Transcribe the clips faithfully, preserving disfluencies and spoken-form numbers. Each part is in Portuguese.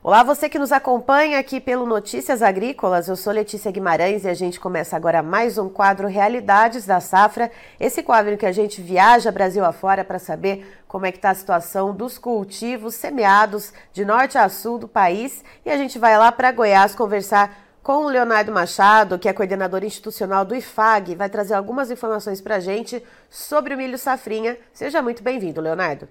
Olá, você que nos acompanha aqui pelo Notícias Agrícolas, eu sou Letícia Guimarães e a gente começa agora mais um quadro Realidades da Safra, esse quadro em que a gente viaja Brasil afora para saber como é que está a situação dos cultivos semeados de norte a sul do país, e a gente vai lá para Goiás conversar com o Leonardo Machado, que é coordenador institucional do I F A G, vai trazer algumas informações para a gente sobre o milho safrinha. Seja muito bem-vindo, Leonardo.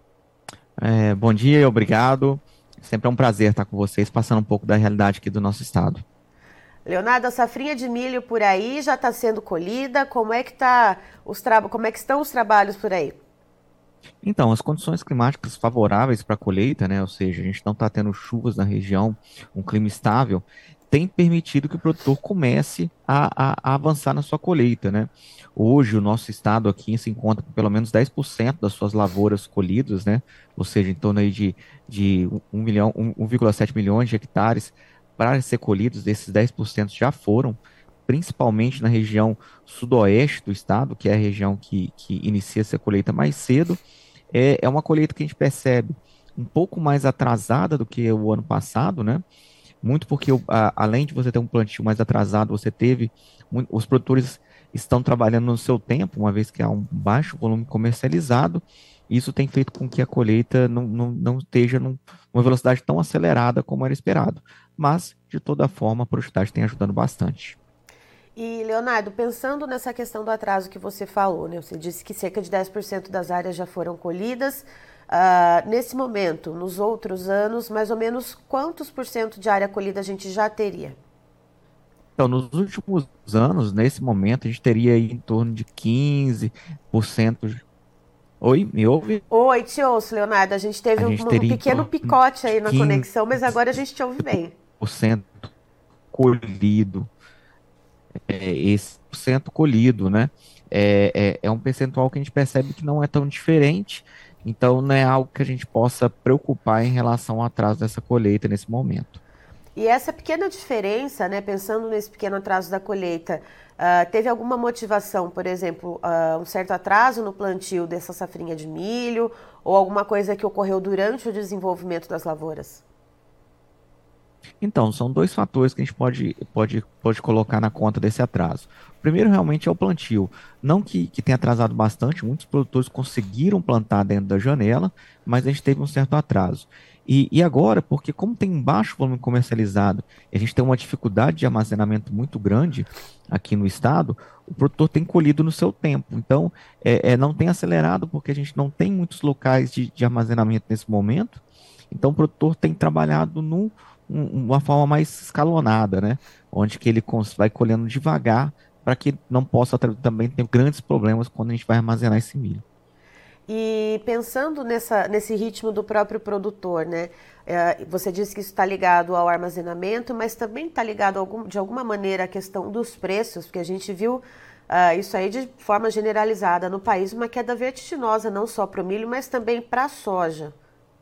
É, bom dia, obrigado. Sempre é um prazer estar com vocês, passando um pouco da realidade aqui do nosso estado. Leonardo, a safrinha de milho por aí já está sendo colhida. Como é que tá os tra... Como é que estão os trabalhos por aí? Então, as condições climáticas favoráveis para a colheita, né, ou seja, a gente não está tendo chuvas na região, um clima estável, tem permitido que o produtor comece a, a- a avançar na sua colheita, né? Hoje, o nosso estado aqui se encontra com pelo menos dez por cento das suas lavouras colhidas, né? Ou seja, em torno aí de, de um milhão, um- 1,7 milhões de hectares para ser colhidos, desses dez por cento já foram, principalmente na região sudoeste do estado, que é a região que, que inicia essa colheita mais cedo. É, é uma colheita que a gente percebe um pouco mais atrasada do que o ano passado, né? Muito porque, o- a- além de você ter um plantio mais atrasado, você teve, mui- os produtores estão trabalhando no seu tempo, uma vez que há um baixo volume comercializado. Isso tem feito com que a colheita não, não, não esteja num- numa velocidade tão acelerada como era esperado. Mas, de toda forma, a produtividade tem ajudando bastante. E, Leonardo, pensando nessa questão do atraso que você falou, né? Você disse que cerca de dez por cento das áreas já foram colhidas. Ah, nesse momento, nos outros anos, mais ou menos quantos por cento de área colhida a gente já teria? Então, nos últimos anos, nesse momento, a gente teria aí em torno de quinze por cento. Oi, me ouve? Oi, te ouço, Leonardo. A gente teve A um, gente um teria em pequeno torno picote de aí na quinze conexão, mas agora a gente te ouve bem. por cento colhido, é, esse por cento colhido, né? É, é, é um percentual que a gente percebe que não é tão diferente, então não é algo que a gente possa preocupar em relação ao atraso dessa colheita nesse momento. E essa pequena diferença, né, pensando nesse pequeno atraso da colheita, ah, teve alguma motivação, por exemplo, ah, um certo atraso no plantio dessa safrinha de milho ou alguma coisa que ocorreu durante o desenvolvimento das lavouras? Então, são dois fatores que a gente pode, pode, pode colocar na conta desse atraso. O primeiro realmente é o plantio. Não que, que tenha atrasado bastante, muitos produtores conseguiram plantar dentro da janela, mas a gente teve um certo atraso. E, e agora, porque como tem um baixo volume comercializado, e a gente tem uma dificuldade de armazenamento muito grande aqui no estado, o produtor tem colhido no seu tempo. Então, é, é, não tem acelerado, porque a gente não tem muitos locais de, de armazenamento nesse momento. Então, o produtor tem trabalhado no um- uma forma mais escalonada, né? Onde que ele cons- vai colhendo devagar para que não possa tra- também ter grandes problemas quando a gente vai armazenar esse milho. E pensando nessa, nesse ritmo do próprio produtor, né? É, você disse que isso está ligado ao armazenamento, mas também está ligado algum, de alguma maneira à questão dos preços, porque a gente viu ah, isso aí de forma generalizada no país, uma queda vertiginosa, não só para o milho, mas também para a soja.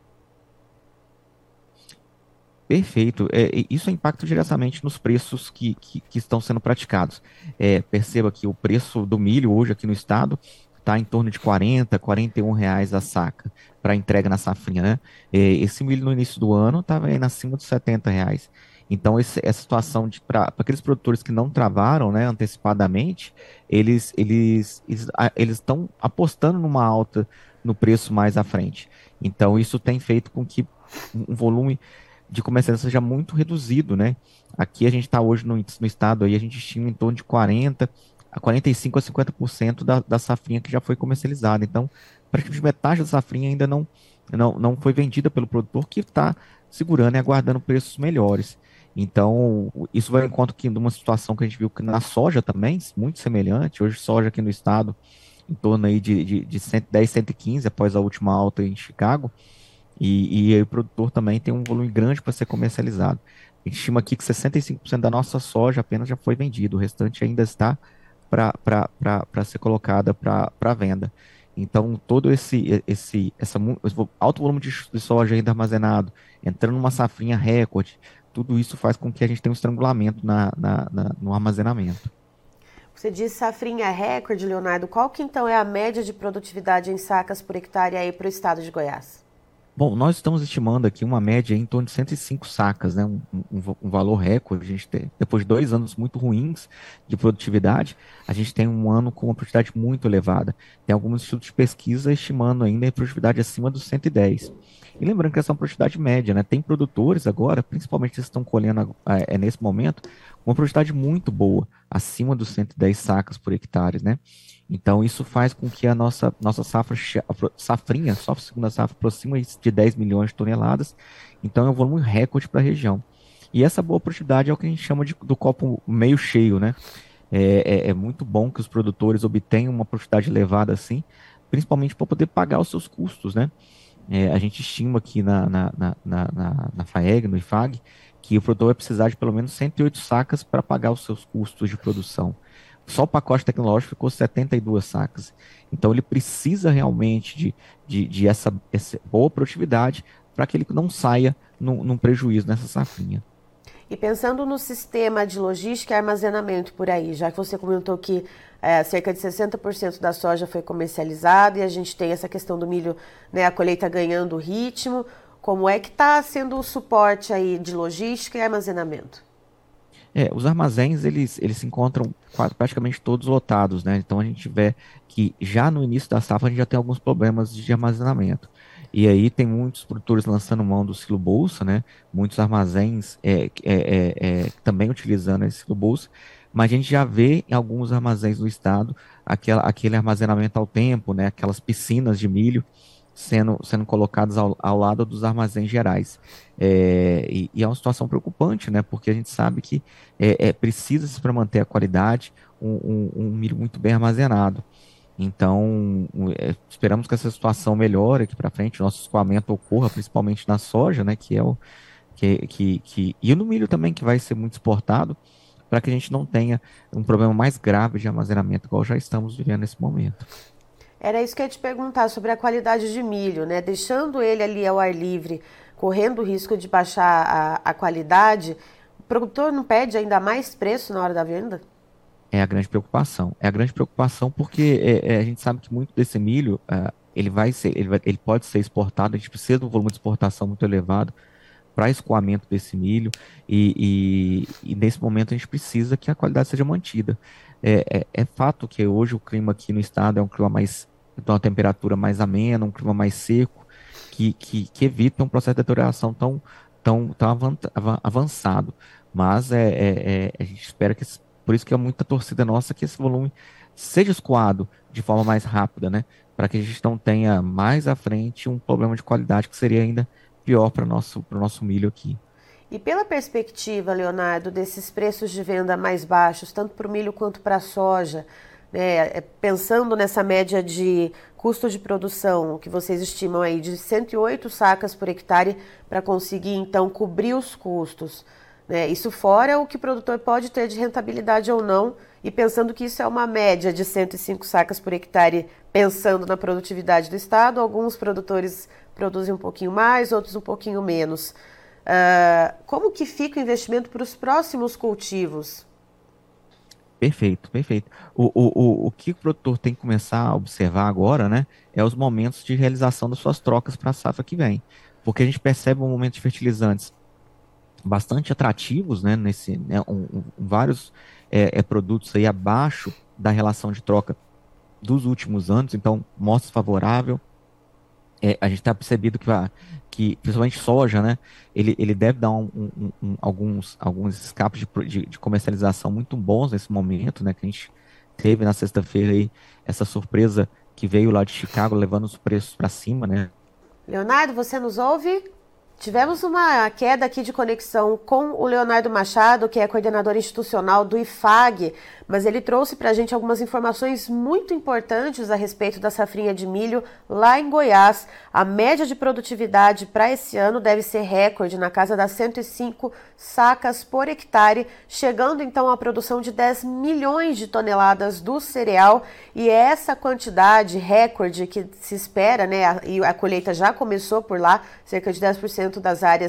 Perfeito. É, e isso impacta diretamente nos preços que, que, que estão sendo praticados. É, perceba que o preço do milho hoje aqui no estado está em torno de quarenta, quarenta e um reais a saca para entrega na safrinha, né? É, esse milho no início do ano estava indo acima dos setenta reais. Então, esse- essa situação de para aqueles produtores que não travaram, né, antecipadamente, eles eles eles a- eles estão apostando numa alta no preço mais à frente. Então, isso tem feito com que um um volume de comercialização seja muito reduzido, né? Aqui a gente está hoje no, no estado aí, a gente estima em torno de quarenta a quarenta e cinco a cinquenta por cento da, da safrinha que já foi comercializada. Então, praticamente metade da safrinha ainda não, não, não foi vendida pelo produtor que está segurando e aguardando preços melhores. Então, isso vai em conta que numa situação que a gente viu que na soja também, muito semelhante, hoje soja aqui no estado em torno aí de, de, de cento e dez, cento e quinze após a última alta em Chicago, e, e aí o produtor também tem um volume grande para ser comercializado. A gente estima aqui que sessenta e cinco por cento da nossa soja apenas já foi vendido, o restante ainda está para ser colocada para venda. Então, todo esse, esse, essa, mu- esse alto volume de, de soja ainda armazenado, entrando numa safrinha recorde, tudo isso faz com que a gente tenha um estrangulamento na, na, na- no armazenamento. Você disse safrinha recorde, Leonardo. Qual que então é a média de produtividade em sacas por hectare aí para o estado de Goiás? Bom, nós estamos estimando aqui uma média em torno de cento e cinco sacas, né? Um, um, um valor recorde. A gente tem, depois de dois anos muito ruins de produtividade, a gente tem um ano com uma produtividade muito elevada. Tem alguns institutos de pesquisa estimando ainda a produtividade acima dos cento e dez. E lembrando que essa é uma produtividade média, né? Tem produtores agora, principalmente que estão colhendo é, nesse momento, uma produtividade muito boa, acima dos cento e dez sacas por hectare, né? Então, isso faz com que a nossa, nossa safra, a safrinha, só a segunda safra, aproxima de dez milhões de toneladas. Então, é um volume recorde para a região. E essa boa produtividade é o que a gente chama de, do copo meio cheio, né? É, é, é muito bom que os produtores obtenham uma produtividade elevada assim, principalmente para poder pagar os seus custos, né? É, a gente estima aqui na, na, na, na, na FAEG, no IFAG, que o produtor vai precisar de pelo menos cento e oito sacas para pagar os seus custos de produção. Só o pacote tecnológico ficou setenta e duas sacas. Então ele precisa realmente de, de, de essa, essa boa produtividade para que ele não saia num, num prejuízo nessa safrinha. E pensando no sistema de logística e armazenamento por aí, já que você comentou que é, cerca de sessenta por cento da soja foi comercializada e a gente tem essa questão do milho, né, a colheita ganhando ritmo, como é que está sendo o suporte aí de logística e armazenamento? É, os armazéns, eles, eles se encontram quase, praticamente todos lotados, né? Então a gente vê que já no início da safra a gente já tem alguns problemas de armazenamento. E aí tem muitos produtores lançando mão do silo bolsa, né? Muitos armazéns é, é, é, é, também utilizando esse silo bolsa, mas a gente já vê em alguns armazéns do estado aquela, aquele armazenamento ao tempo, né? Aquelas piscinas de milho sendo, sendo colocadas ao, ao lado dos armazéns gerais. É, e, e é uma situação preocupante, né? Porque a gente sabe que é, é, precisa-se para manter a qualidade um, um, um milho muito bem armazenado. Então, é, esperamos que essa situação melhore aqui para frente, o nosso escoamento ocorra, principalmente na soja, né, que é o que, que, que e no milho também, que vai ser muito exportado, para que a gente não tenha um problema mais grave de armazenamento, igual já estamos vivendo nesse momento. Era isso que eu ia te perguntar sobre a qualidade de milho, né? Deixando ele ali ao ar livre, correndo o risco de baixar a, a qualidade, o produtor não perde ainda mais preço na hora da venda? É a grande preocupação. É a grande preocupação porque é, é, a gente sabe que muito desse milho, ah, ele vai ser, ele vai- ele pode ser exportado, a gente precisa de um volume de exportação muito elevado para escoamento desse milho e, e- e nesse momento a gente precisa que a qualidade seja mantida. É, é- é fato que hoje o clima aqui no estado é um clima mais, de uma temperatura mais amena, um clima mais seco, que, que, que evita um processo de deterioração tão, tão, tão avan- avan- avançado. Mas é, é- é- a gente espera que, esse- por isso que é muita torcida nossa, que esse volume seja escoado de forma mais rápida, né? Para que a gente não tenha mais à frente um problema de qualidade que seria ainda pior para o nosso, para nosso milho aqui. E pela perspectiva, Leonardo, desses preços de venda mais baixos, tanto para o milho quanto para a soja, né, é, pensando nessa média de custo de produção que vocês estimam aí de cento e oito sacas por hectare para conseguir então cobrir os custos, né? Isso fora o que o produtor pode ter de rentabilidade ou não, e pensando que isso é uma média de cento e cinco sacas por hectare, pensando na produtividade do estado, alguns produtores produzem um pouquinho mais, outros um pouquinho menos. Uh, como que fica o investimento para os próximos cultivos? Perfeito, perfeito. O, o, o, o que o produtor tem que começar a observar agora, né, é os momentos de realização das suas trocas para a safra que vem. Porque a gente percebe um momento de fertilizantes bastante atrativos, né, nesse, né, um, um- vários é, é, produtos aí abaixo da relação de troca dos últimos anos, então mostra favorável. É, a gente está percebido que, a- que, principalmente soja, né, ele, ele deve dar um- um- um- um- alguns, alguns escapes de, pro- de, de comercialização muito bons nesse momento, né, que a gente teve na sexta-feira aí essa surpresa que veio lá de Chicago, levando os preços para cima, né. Leonardo, você nos ouve? Tivemos uma queda aqui de conexão com o Leonardo Machado, que é coordenador institucional do IFAG, mas ele trouxe para a gente algumas informações muito importantes a respeito da safrinha de milho lá em Goiás. A média de produtividade para esse ano deve ser recorde, na casa das cento e cinco sacas por hectare, chegando então à produção de dez milhões de toneladas do cereal. E essa quantidade recorde que se espera, né, a, e a colheita já começou por lá, cerca de dez por cento das áreas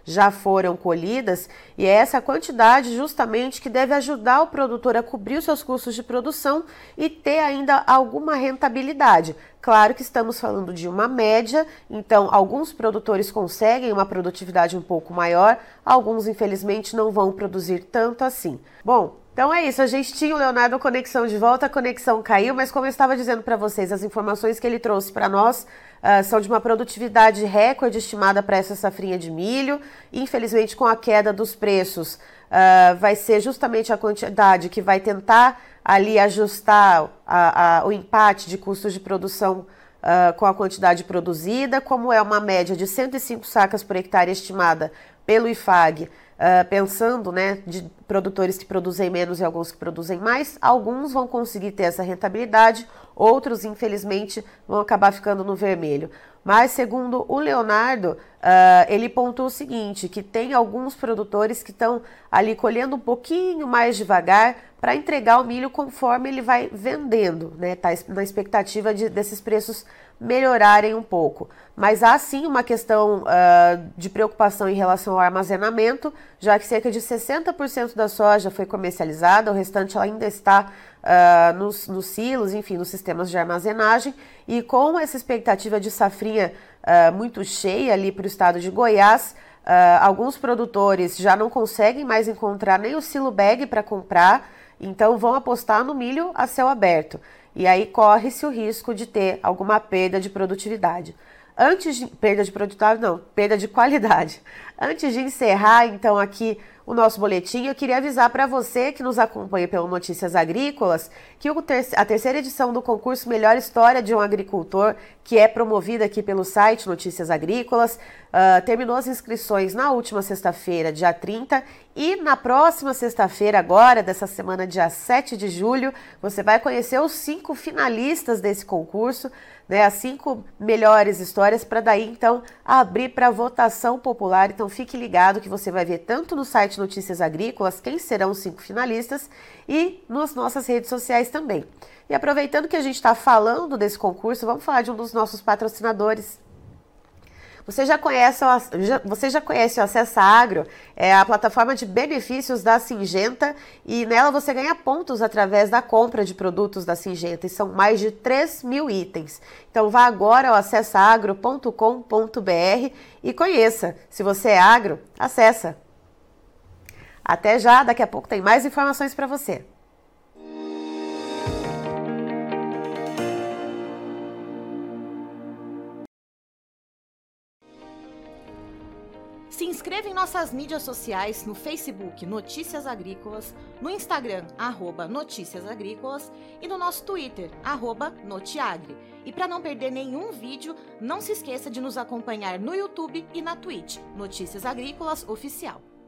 já foram colhidas, e é essa quantidade justamente que deve ajudar o produtor a cobrir os seus custos de produção e ter ainda alguma rentabilidade. Claro que estamos falando de uma média, então alguns produtores conseguem uma produtividade um pouco maior, alguns infelizmente não vão produzir tanto assim. Bom, então é isso, a gente tinha o Leonardo Conexão de volta, a conexão caiu, mas como eu estava dizendo para vocês, as informações que ele trouxe para nós uh, são de uma produtividade recorde estimada para essa safrinha de milho. Infelizmente, com a queda dos preços, uh, vai ser justamente a quantidade que vai tentar ali ajustar a, a, o empate de custos de produção uh, com a quantidade produzida, como é uma média de cento e cinco sacas por hectare estimada pelo I F A G, Uh, pensando, né, de produtores que produzem menos e alguns que produzem mais, alguns vão conseguir ter essa rentabilidade, outros, infelizmente, vão acabar ficando no vermelho. Mas, segundo o Leonardo, uh, ele pontuou o seguinte, que tem alguns produtores que estão ali colhendo um pouquinho mais devagar para entregar o milho conforme ele vai vendendo, né? Tá na expectativa de, desses preços melhorarem um pouco. Mas há sim uma questão uh, de preocupação em relação ao armazenamento, já que cerca de sessenta por cento da soja foi comercializada, o restante ainda está uh, nos, nos silos, enfim, nos sistemas de armazenagem, e com essa expectativa de safrinha uh, muito cheia ali para o estado de Goiás, uh, alguns produtores já não conseguem mais encontrar nem o silo bag para comprar, então vão apostar no milho a céu aberto. E aí corre-se o risco de ter alguma perda de produtividade. Antes de... Perda de produtividade, não, perda de qualidade. Antes de encerrar, então, aqui o nosso boletim, eu queria avisar para você que nos acompanha pelo Notícias Agrícolas que a terceira edição do concurso Melhor História de um Agricultor, que é promovida aqui pelo site Notícias Agrícolas, uh, terminou as inscrições na última sexta-feira, dia trinta, e na próxima sexta-feira, agora, dessa semana, dia sete de julho, você vai conhecer os cinco finalistas desse concurso, né, as cinco melhores histórias, para daí, então, abrir para votação popular. Então, fique ligado que você vai ver tanto no site Notícias Agrícolas quem serão os cinco finalistas e nas nossas redes sociais também. E aproveitando que a gente está falando desse concurso, vamos falar de um dos nossos patrocinadores. Você já conhece, você já conhece o Acessa Agro, é a plataforma de benefícios da Syngenta, e nela você ganha pontos através da compra de produtos da Syngenta, e são mais de três mil itens. Então vá agora ao acessa agro ponto com ponto br e conheça. Se você é agro, acessa. Até já, daqui a pouco tem mais informações para você. Se inscreva em nossas mídias sociais, no Facebook Notícias Agrícolas, no Instagram, arroba Notícias Agrícolas, e no nosso Twitter, arroba Notiagre. E para não perder nenhum vídeo, não se esqueça de nos acompanhar no YouTube e na Twitch, Notícias Agrícolas Oficial.